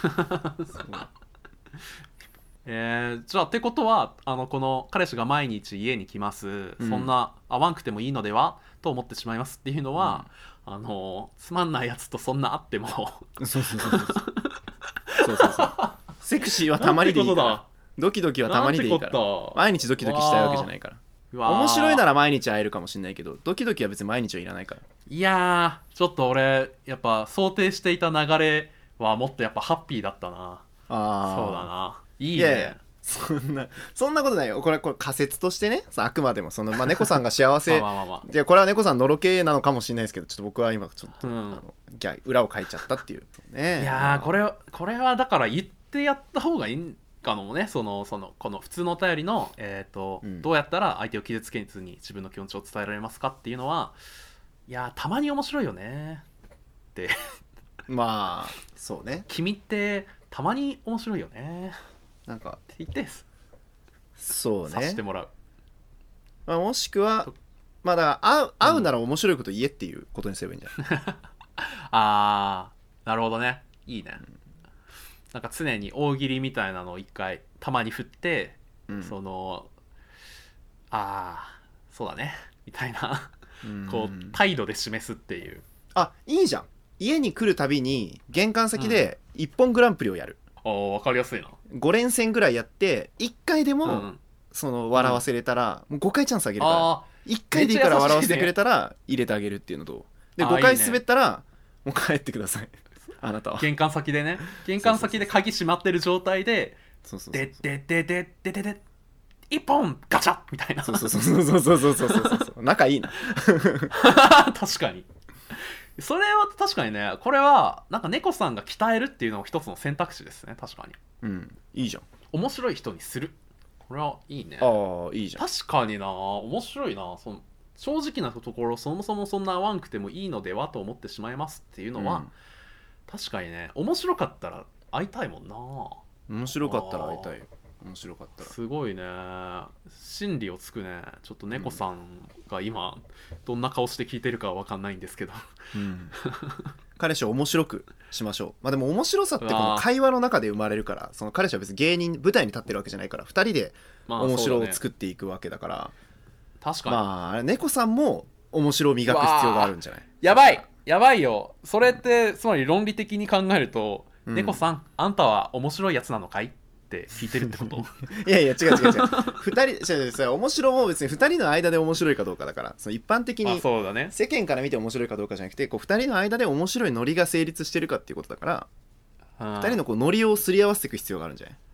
えー、じゃあってことはあのこの彼氏が毎日家に来ます、うん、そんな会わんくてもいいのではと思ってしまいますっていうのは、うん、あのつまんないやつとそんな会ってもそうそうそうそうそうそうそうセクシーはたまにでいいからドキドキはたまにでいいから毎日ドキドキしたいわけじゃないから面白いなら毎日会えるかもしれないけどドキドキは別に毎日はいらないから。 いやーちょっと俺やっぱ想定していた流れはもっとやっぱハッピーだったな。あそうだないいね。いやいやそんなそんなことないよ。これこれ仮説としてねあくまでもその、まあ、猫さんが幸せまあまあまあ、まあ、いやこれは猫さんのろけなのかもしれないですけどちょっと僕は今ちょっと、うん、あのギャ裏を書いちゃったっていうね。 いやーこれこれはだから言ってやった方がいいんかもね。そのそのこの普通のお便りの、えーとうん、どうやったら相手を傷つけずに自分の気持ちを伝えられますかっていうのはいやたまに面白いよねってまあそうね君ってたまに面白いよねなんかって言ってそうねさしてもらう、 まあ、もしくはまあだから会う、会うなら面白いこと言えっていうことにすればいいんじゃない、うん、 あーなるほどねいいね、うん、なんか常に大喜利みたいなのを一回たまに振って、うん、そのああそうだねみたいなこう態度で示すっていう。 あいいじゃん家に来るたびに玄関先で一本グランプリをやる、 うん、あ分かりやすいな。ご連戦ぐらいやっていっかいでも、うん、その笑わせれたら、うん、もうごかいチャンスあげるからいっかいでいいから笑わせてくれたら入れてあげるっていうのとでごかい滑ったらいい、ね、もう帰ってくださいあなたは玄関先でね玄関先で鍵閉まってる状態でででででででで一本ガチャみたいな。 そうそうそうそうそうそうそうそうそう仲いいな確かにそれは確かにねこれはなんか猫さんが鍛えるっていうのも一つの選択肢ですね。確かにうんいいじゃん面白い人にするこれはいいね。 ああいいじゃん確かにな面白いなその正直なところそもそもそんな会わんくてもいいのではと思ってしまいますっていうのは、うん、確かにね面白かったら会いたいもんな。 面白かったら会いたいよ面白かったら。 すごいね心理をつくね。ちょっと猫さんが今どんな顔して聞いてるかは分かんないんですけど、うん、 彼氏を面白くしましょう。まあでも面白さってこの会話の中で生まれるからその彼氏は別に芸人舞台に立ってるわけじゃないからふたりで面白を作っていくわけだから、まあ確かにまあ猫さんも面白を磨く必要があるんじゃない。 やばいやばいよそれってつまり論理的に考えると、うん、猫さんあんたは面白いやつなのかいって聞いてるってこといやいや違う違う違うふたり違う違う違う面白も別にふたりの間で面白いかどうかだからその一般的に世間から見て面白いかどうかじゃなくてこうふたりの間で面白いノリが成立してるかっていうことだからふたりのこうノリをすり合わせていく必要があるんじゃない。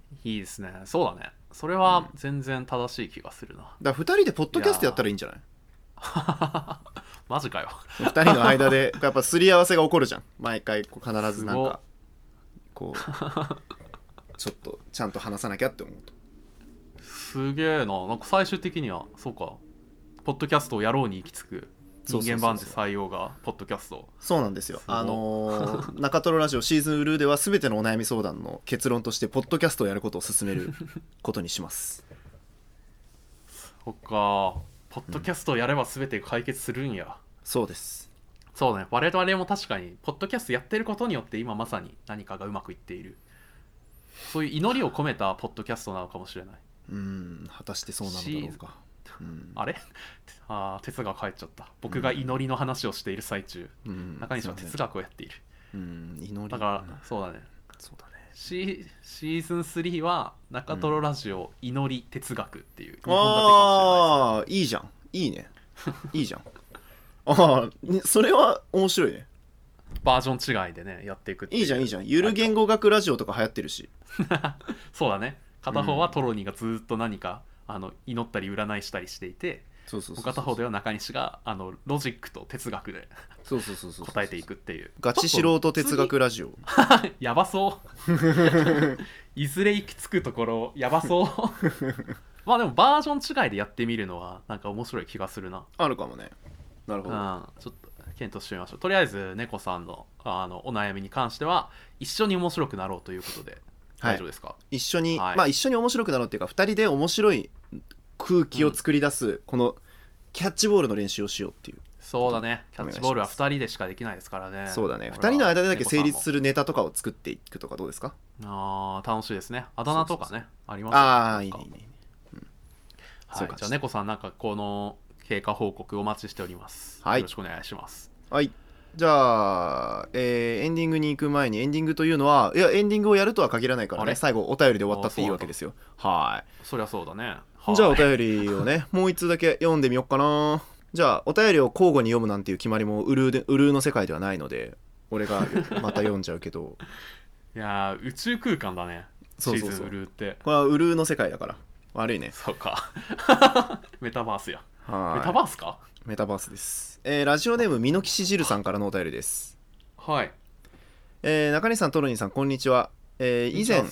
いいですね。そうだね。それは全然正しい気がするな。だからふたりでポッドキャストやったらいいんじゃない？ マジかよ。 ふたりの間でやっぱすり合わせが起こるじゃん。毎回こう必ずなんかこうちょっとちゃんと話さなきゃって思うと。 すげえな。なんか最終的にはそうか、ポッドキャストをやろうに行き着く人間万事採用がポッドキャスト。 そうなんですよ。あのー、中トロラジオシーズンウルーでは全てのお悩み相談の結論としてポッドキャストをやることを進めることにします。 そっか、ポッドキャストをやれば全て解決するんや、うん、 そうです。 そうね、我々も確かにポッドキャストやってることによって今まさに何かがうまくいっている、そういう祈りを込めたポッドキャストなのかもしれない。 うーん、果たしてそうなのだろうか。 うん、あれあ、哲学入っちゃった。僕が祈りの話をしている最中、うん、中西は哲学をやっている、うん、祈りだから、うん、そうだね、 そうだね。 シ, シーズンスリーは中トロラジオ、うん、祈り哲学っていうにほん立てかもしれないです。ああ、いいじゃん、いいね、いいじゃん。ああ、それは面白いね。 バージョン違いでねやっていくっていう。 いいじゃんいいじゃん。ゆる言語学ラジオとか流行ってるし。 そうだね。片方はトロニーがずっと何か、うん、あの祈ったり占いしたりしていて、そうそうそうそう、片方では中西があのロジックと哲学で答えていくっていう。 ガチ素人哲学ラジオ。 やばそういずれ行き着くところやばそうまあでもバージョン違いでやってみるのはなんか面白い気がするな。 あるかもね。なるほど、うん、ちょっと検討してみましょう。とりあえず猫さん の, あのお悩みに関しては一緒に面白くなろうということで大丈夫ですか？はい、 一緒に、はい、まあ一緒に面白くなろうっていうかふたりで面白い空気を作り出す、うん、このキャッチボールの練習をしようっていう。 そうだね、キャッチボールはふたりでしかできないですからね。 そうだね、ふたりの間でだけ成立するネタとかを作っていくとかどうですか？ あー楽しいですね。あだ名とかね、そうそうそうありますよね。ああいいねいいね、うん、 はい、じゃあ猫さんなんかこの経過報告お待ちしております、はい、よろしくお願いします。 はい、じゃあ、えー、エンディングに行く前に、エンディングというのはいやエンディングをやるとは限らないからね、最後お便りで終わったっていいわけですよ。はい、 そりゃそうだね。 じゃあお便りをねもう一通だけ読んでみようかな。じゃあお便りを交互に読むなんていう決まりもウルーでウルーの世界ではないので俺がまた読んじゃうけどいや宇宙空間だね。そうそうそう、シーズンウルーってこれはウルーの世界だから悪いね。 そうかメタバースや。メタバースか。 メタバースです。えー、ラジオネームミノキシジルさんからのお便りです。 はい、 えー、中西さんトロニーさんこんにちは。えー、以前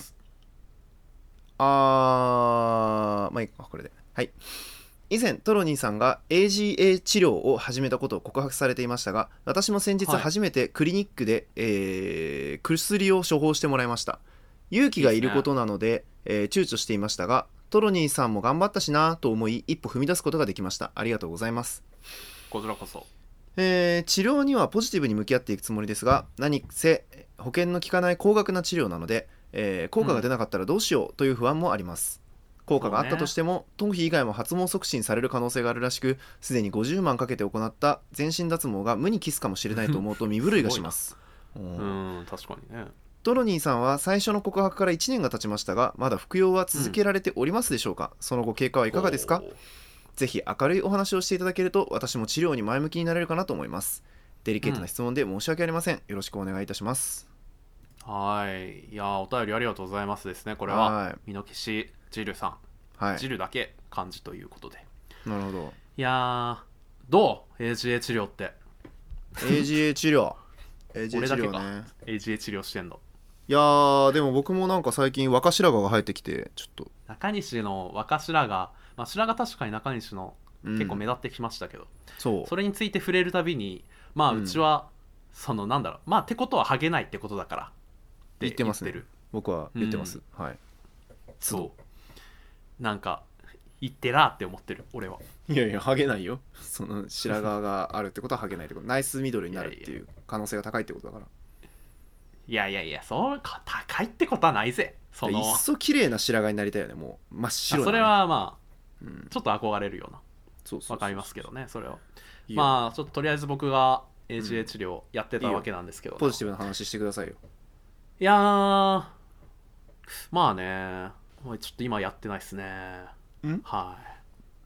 あーまあいいかこれではい以前トロニーさんが エージーエー 治療を始めたことを告白されていましたが、私も先日初めてクリニックで、はいえー、薬を処方してもらいました。勇気がいることなので、いいですね。えー、躊躇していましたがトロニーさんも頑張ったしなと思い一歩踏み出すことができました。ありがとうございます。 こちらこそ。 えー、治療にはポジティブに向き合っていくつもりですが、何せ保険の効かない高額な治療なので、えー、効果が出なかったらどうしようという不安もあります。効果があったとしても、頭皮以外も発毛促進される可能性があるらしく、すでにごじゅうまんかけて行った全身脱毛が無に帰すかもしれないと思うと身震いがします。 うーん、確かにね。 トロニーさんは最初の告白からいちねんが経ちましたが、まだ服用は続けられておりますでしょうか？うん、その後経過はいかがですか？ぜひ明るいお話をしていただけると私も治療に前向きになれるかなと思います。デリケートな質問で申し訳ありません。うん、よろしくお願いいたします。 はい、いやお便りありがとうございますですね。これはミノキシジルさん、はい、ジルだけ漢字ということで。 なるほど。 いやどう エージーエー 治療って。 エージーエー 治療エージーエー 治療ね。 俺だけか エージーエー 治療してんの。 いやーでも僕もなんか最近若白髪が生えてきてちょっと中西の若白髪、まあ、白髪確かに中西の結構目立ってきましたけど、うん、そうそれについて触れるたびにまあうちは、うん、そのなんだろうまあってことはハゲないってことだからって言ってる。 言ってますね。僕は言ってます、うん、はいそうなんか言ってらーって思ってる俺は。 いやいやハゲないよ。その白髪があるってことはハゲないってことナイスミドルになるっていう可能性が高いってことだから。 いやいやいやそうか高いってことはないぜ。そのいっそ綺麗な白髪になりたいよね。もう真っ白な、ね、 それはまあ、うん、ちょっと憧れるような。そうそうそうそうわかりますけどねそれは。まあちょっととりあえず僕が エージーエー 治療やってたわけなんですけど、 うん、ポジティブな話してくださいよ。 いやーまあねちょっと今やってないっすね。 んはい、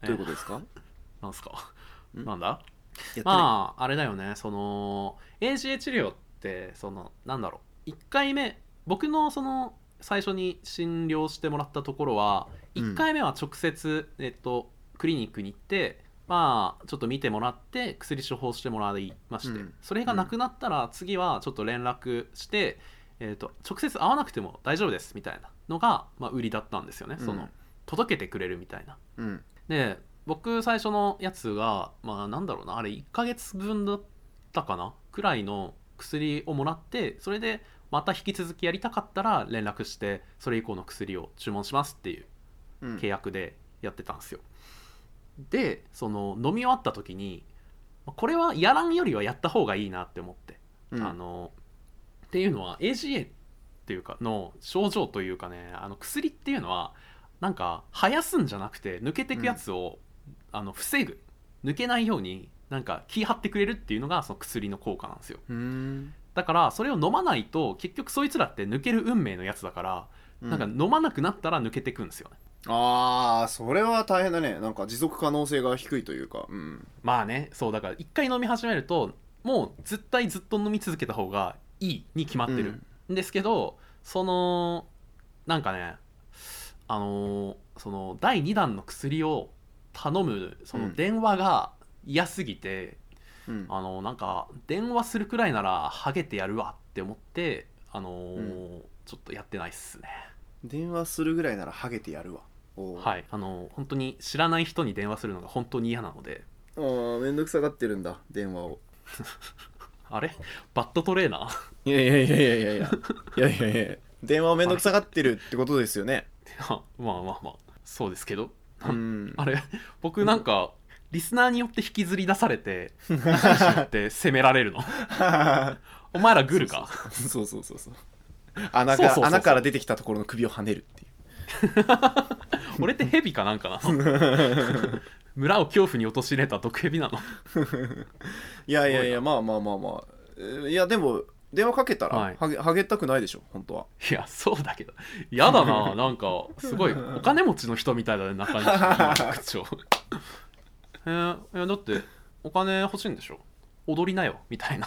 どういうことですか？ なんすかんなんだまああれだよねその エージーエー 治療ってそのなんだろういっかいめ僕のその最初に診療してもらったところは、いっかいめは直接、えっと、クリニックに行ってまあちょっと見てもらって薬処方してもらいまして、うん、それがなくなったら次はちょっと連絡して、えー、と直接会わなくても大丈夫ですみたいなのが、まあ、売りだったんですよね、うん、その届けてくれるみたいな、うん、で僕最初のやつがまあなんだろうな、あれいっかげつぶんだったかなくらいの薬をもらって、それでまた引き続きやりたかったら連絡してそれ以降の薬を注文しますっていう契約でやってたんですよ、うん、でその飲み終わった時にこれはやらんよりはやった方がいいなって思って、うん、あのっていうのは エージーエー っていうかの症状というかね、あの薬っていうのはなんか生やすんじゃなくて抜けてくやつを、うん、あの防ぐ、抜けないようになんか気張ってくれるっていうのがその薬の効果なんですよ。うーん、だからそれを飲まないと結局そいつらって抜ける運命のやつだから、うん、なんか飲まなくなったら抜けてくんですよね。 あー、それは大変だね。なんか持続可能性が低いというか、うん、 まあね、そうだから一回飲み始めるともう絶対ずっと飲み続けた方がいいに決まってるんですけど、うん、そのなんかね、あのー、そのだいにだんの薬を頼むその電話が嫌すぎて、うん、あのなんか電話するくらいならハゲてやるわって思って、あのーうん、ちょっとやってないっすね。 電話するぐらいならハゲてやるわ。 はい、あの本当に知らない人に電話するのが本当に嫌なので。 ああ、めんどくさがってるんだ電話をあれバッドトレーナーいやいやいやいやいやいやいやいやいや電話をめんどくさがってるってことですよね。 まあまあまあそうですけど、うん、あれ僕なんかリスナーによって引きずり出されて中西によって責められるのお前らグルか。 そうそうそうそう穴から穴から出てきたところの首を跳ねるっていう俺ってヘビかなんかなの村を恐怖に陥れた毒ヘビなのいやいやいや、まあまあまあまあ、いやでも電話かけたら、はい、ハゲ、ハゲたくないでしょ本当は。 いやそうだけどやだな、なんかすごいお金持ちの人みたいだね中西口調えー、いやだってお金欲しいんでしょ、踊りなよみたいな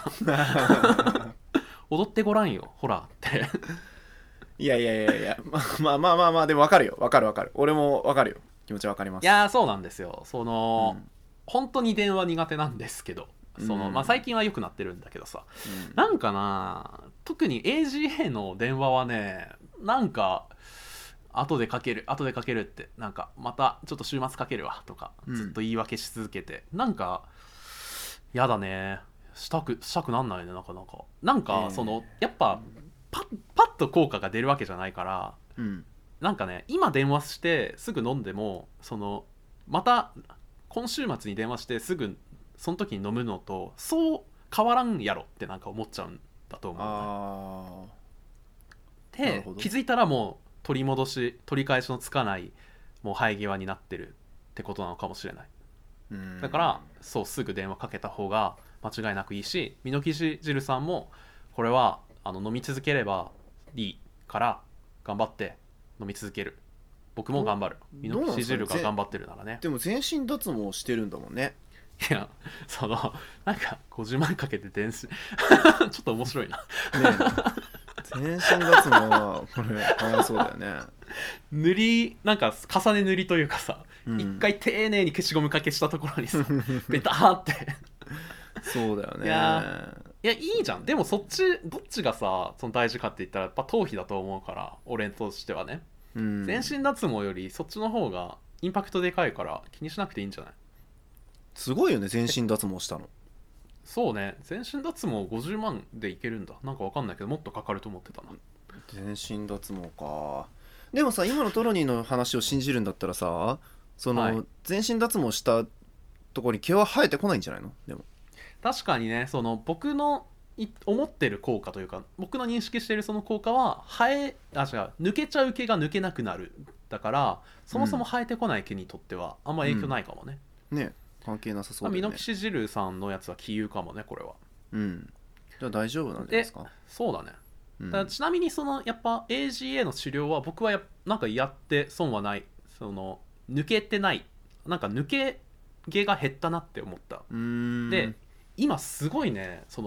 踊ってごらんよほらっていやいやいやいや、まあまあまあまあまあでも分かるよ、分かる分かる、俺も分かるよ、気持ち分かります。 いやそうなんですよ、その、うん、本当に電話苦手なんですけど、その、うん、まあ、最近は良くなってるんだけどさ、うん、なんかな、特に エージーエー の電話はね、なんか後でかける後でかけるってなんかまたちょっと週末かけるわとかずっと言い訳し続けて、うん、なんかやだね、したくしたくなんないね、なかなかなんかその、えー、やっぱパッパッと効果が出るわけじゃないから、うん、なんかね今電話してすぐ飲んでもそのまた今週末に電話してすぐその時に飲むのとそう変わらんやろってなんか思っちゃうんだと思う、ね、で気づいたらもう取り戻し取り返しのつかないもう生え際になってるってことなのかもしれない。うんだからそうすぐ電話かけた方が間違いなくいいし、ミノキシジルさんもこれはあの飲み続ければいいから頑張って飲み続ける、僕も頑張る、ミノキシジルが頑張ってるならね。 でも全身脱毛してるんだもんね。 いやそのなんかごじゅうまんかけて電子ちょっと面白いなね全身脱毛はこれかわいそうだよね。 塗りなんか重ね塗りというかさ、うん、一回丁寧に消しゴムかけしたところにさベターってそうだよね。 いやいやいいじゃん。でもそっちどっちがさその大事かって言ったらやっぱ頭皮だと思うから、俺としてはね、うん、全身脱毛よりそっちの方がインパクトでかいから気にしなくていいんじゃない。 すごいよね全身脱毛したの。 そうね、全身脱毛ごじゅうまんでいけるんだ。なんかわかんないけどもっとかかると思ってたな。 全身脱毛か。でもさ今のトロニーの話を信じるんだったらさ、その、はい、全身脱毛したところに毛は生えてこないんじゃないの。でも確かにね、その僕の思ってる効果というか僕の認識しているその効果は生えあ違う抜けちゃう毛が抜けなくなるだから、そもそも生えてこない毛にとってはあんま影響ないかもね、 うん、ね関係なさそうだよね。 ミノキシジルさんのやつは気有かもねこれは。 うんじゃあ大丈夫なんじゃないですか。 そうだね、うん、だからちなみにそのやっぱ エージーエー の治療は僕はやなんかやって損はない。その抜けてない、なんか抜け毛が減ったなって思った。うーんで今すごいね、その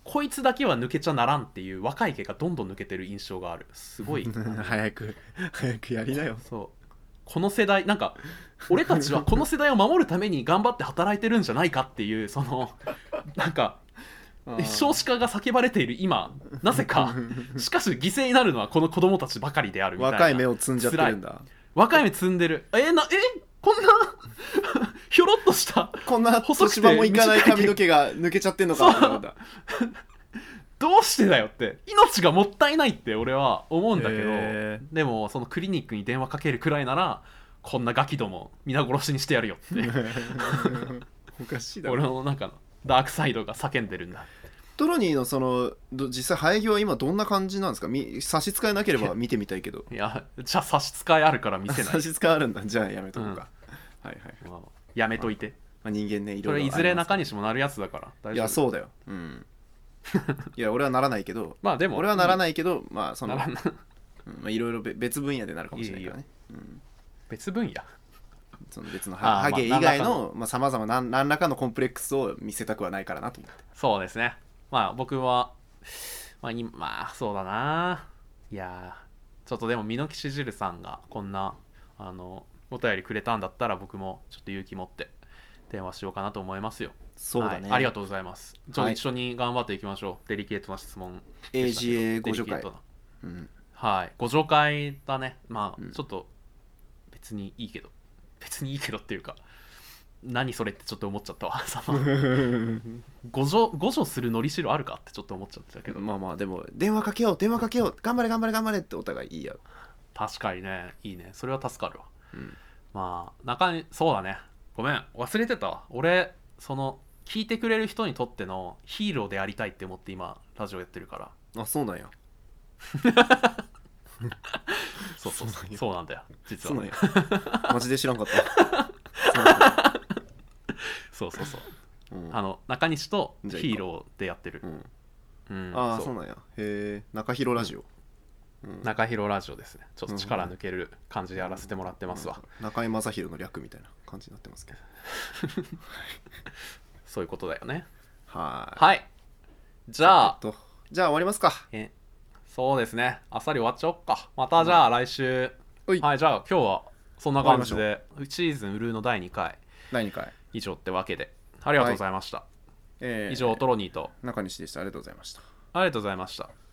こいつだけは抜けちゃならんっていう若い毛がどんどん抜けてる印象がある。すごい早く早くやりなよ。 そうこの世代なんか俺たちはこの世代を守るために頑張って働いてるんじゃないかっていうそのなんか少子化が叫ばれている今なぜかしかし犠牲になるのはこの子供たちばかりであるみたいな。 若い芽を摘んじゃってるんだ。 若い芽摘んでる。えなえこんなひょろっとしたこんな年場もいかない髪の毛が抜けちゃってんのかって思った。 どうしてだよって命がもったいないって俺は思うんだけど、でもそのクリニックに電話かけるくらいならこんなガキども皆殺しにしてやるよっておかしいだろ俺の中のダークサイドが叫んでるんだ。 トロニーのその実際生え際は今どんな感じなんですか。差し支えなければ見てみたいけど。 いやじゃあ差し支えあるから見せない。 差し支えあるんだ。じゃあやめとこうか、うん、はいはい、 まあ、やめといて、 まあ、人間ねいろいろそれいずれ中西もなるやつだから大丈夫。 いやそうだよ、うんいや俺はならないけどまあでも俺はならないけどまあそのならな、 うんまあ、いろいろ別分野でなるかもしれないからね。 いいよ、うん、別分野その別のハゲ以外のさまざま何らかのコンプレックスを見せたくはないからなと思って。 そうですね。まあ僕はまあ、まあ、そうだないやちょっとでもミノキシジルさんがこんなあのお便りくれたんだったら僕もちょっと勇気持って電話しようかなと思いますよ。 そうだね、 はい、ありがとうございます。じゃあ一緒に頑張っていきましょう、はい、デリケートな質問エージーエー ご助会、 うん、はいご助会だね。まあ、うん、ちょっと別にいいけど別にいいけどっていうか何それってちょっと思っちゃったわそのご助ご助するのりしろあるかってちょっと思っちゃってたけど、 まあまあでも電話かけよう電話かけよう頑張れ頑張れ頑張れってお互い言い合う。 確かにねいいねそれは助かるわ、 うん、 まあ中にそうだねごめん忘れてたわ俺その聞いてくれる人にとってのヒーローでありたいって思って今ラジオやってるから。 あそうなんやそうそうそうそうなんだよ実は。そうなんやマジで知らんかったそうそうそう、うん、あの中西とヒーローでやってる、 うんうん、ああ そ, そうなんやへえ中広ラジオ、 うん、中広ラジオですね。ちょっと力抜ける感じでやらせてもらってますわ、 うん、中井正広の略みたいな感じになってますけどそういうことだよね。 はいはいじゃあじゃあ終わりますか。 えそうですねあっさり終わっちゃおっか。またじゃあ来週、うん、はいじゃあ今日はそんな感じでシーズンウルーのだいにかいだいにかい以上ってわけでありがとうございました、はい、えー、以上トロニーと中西でした。ありがとうございました。 ありがとうございました。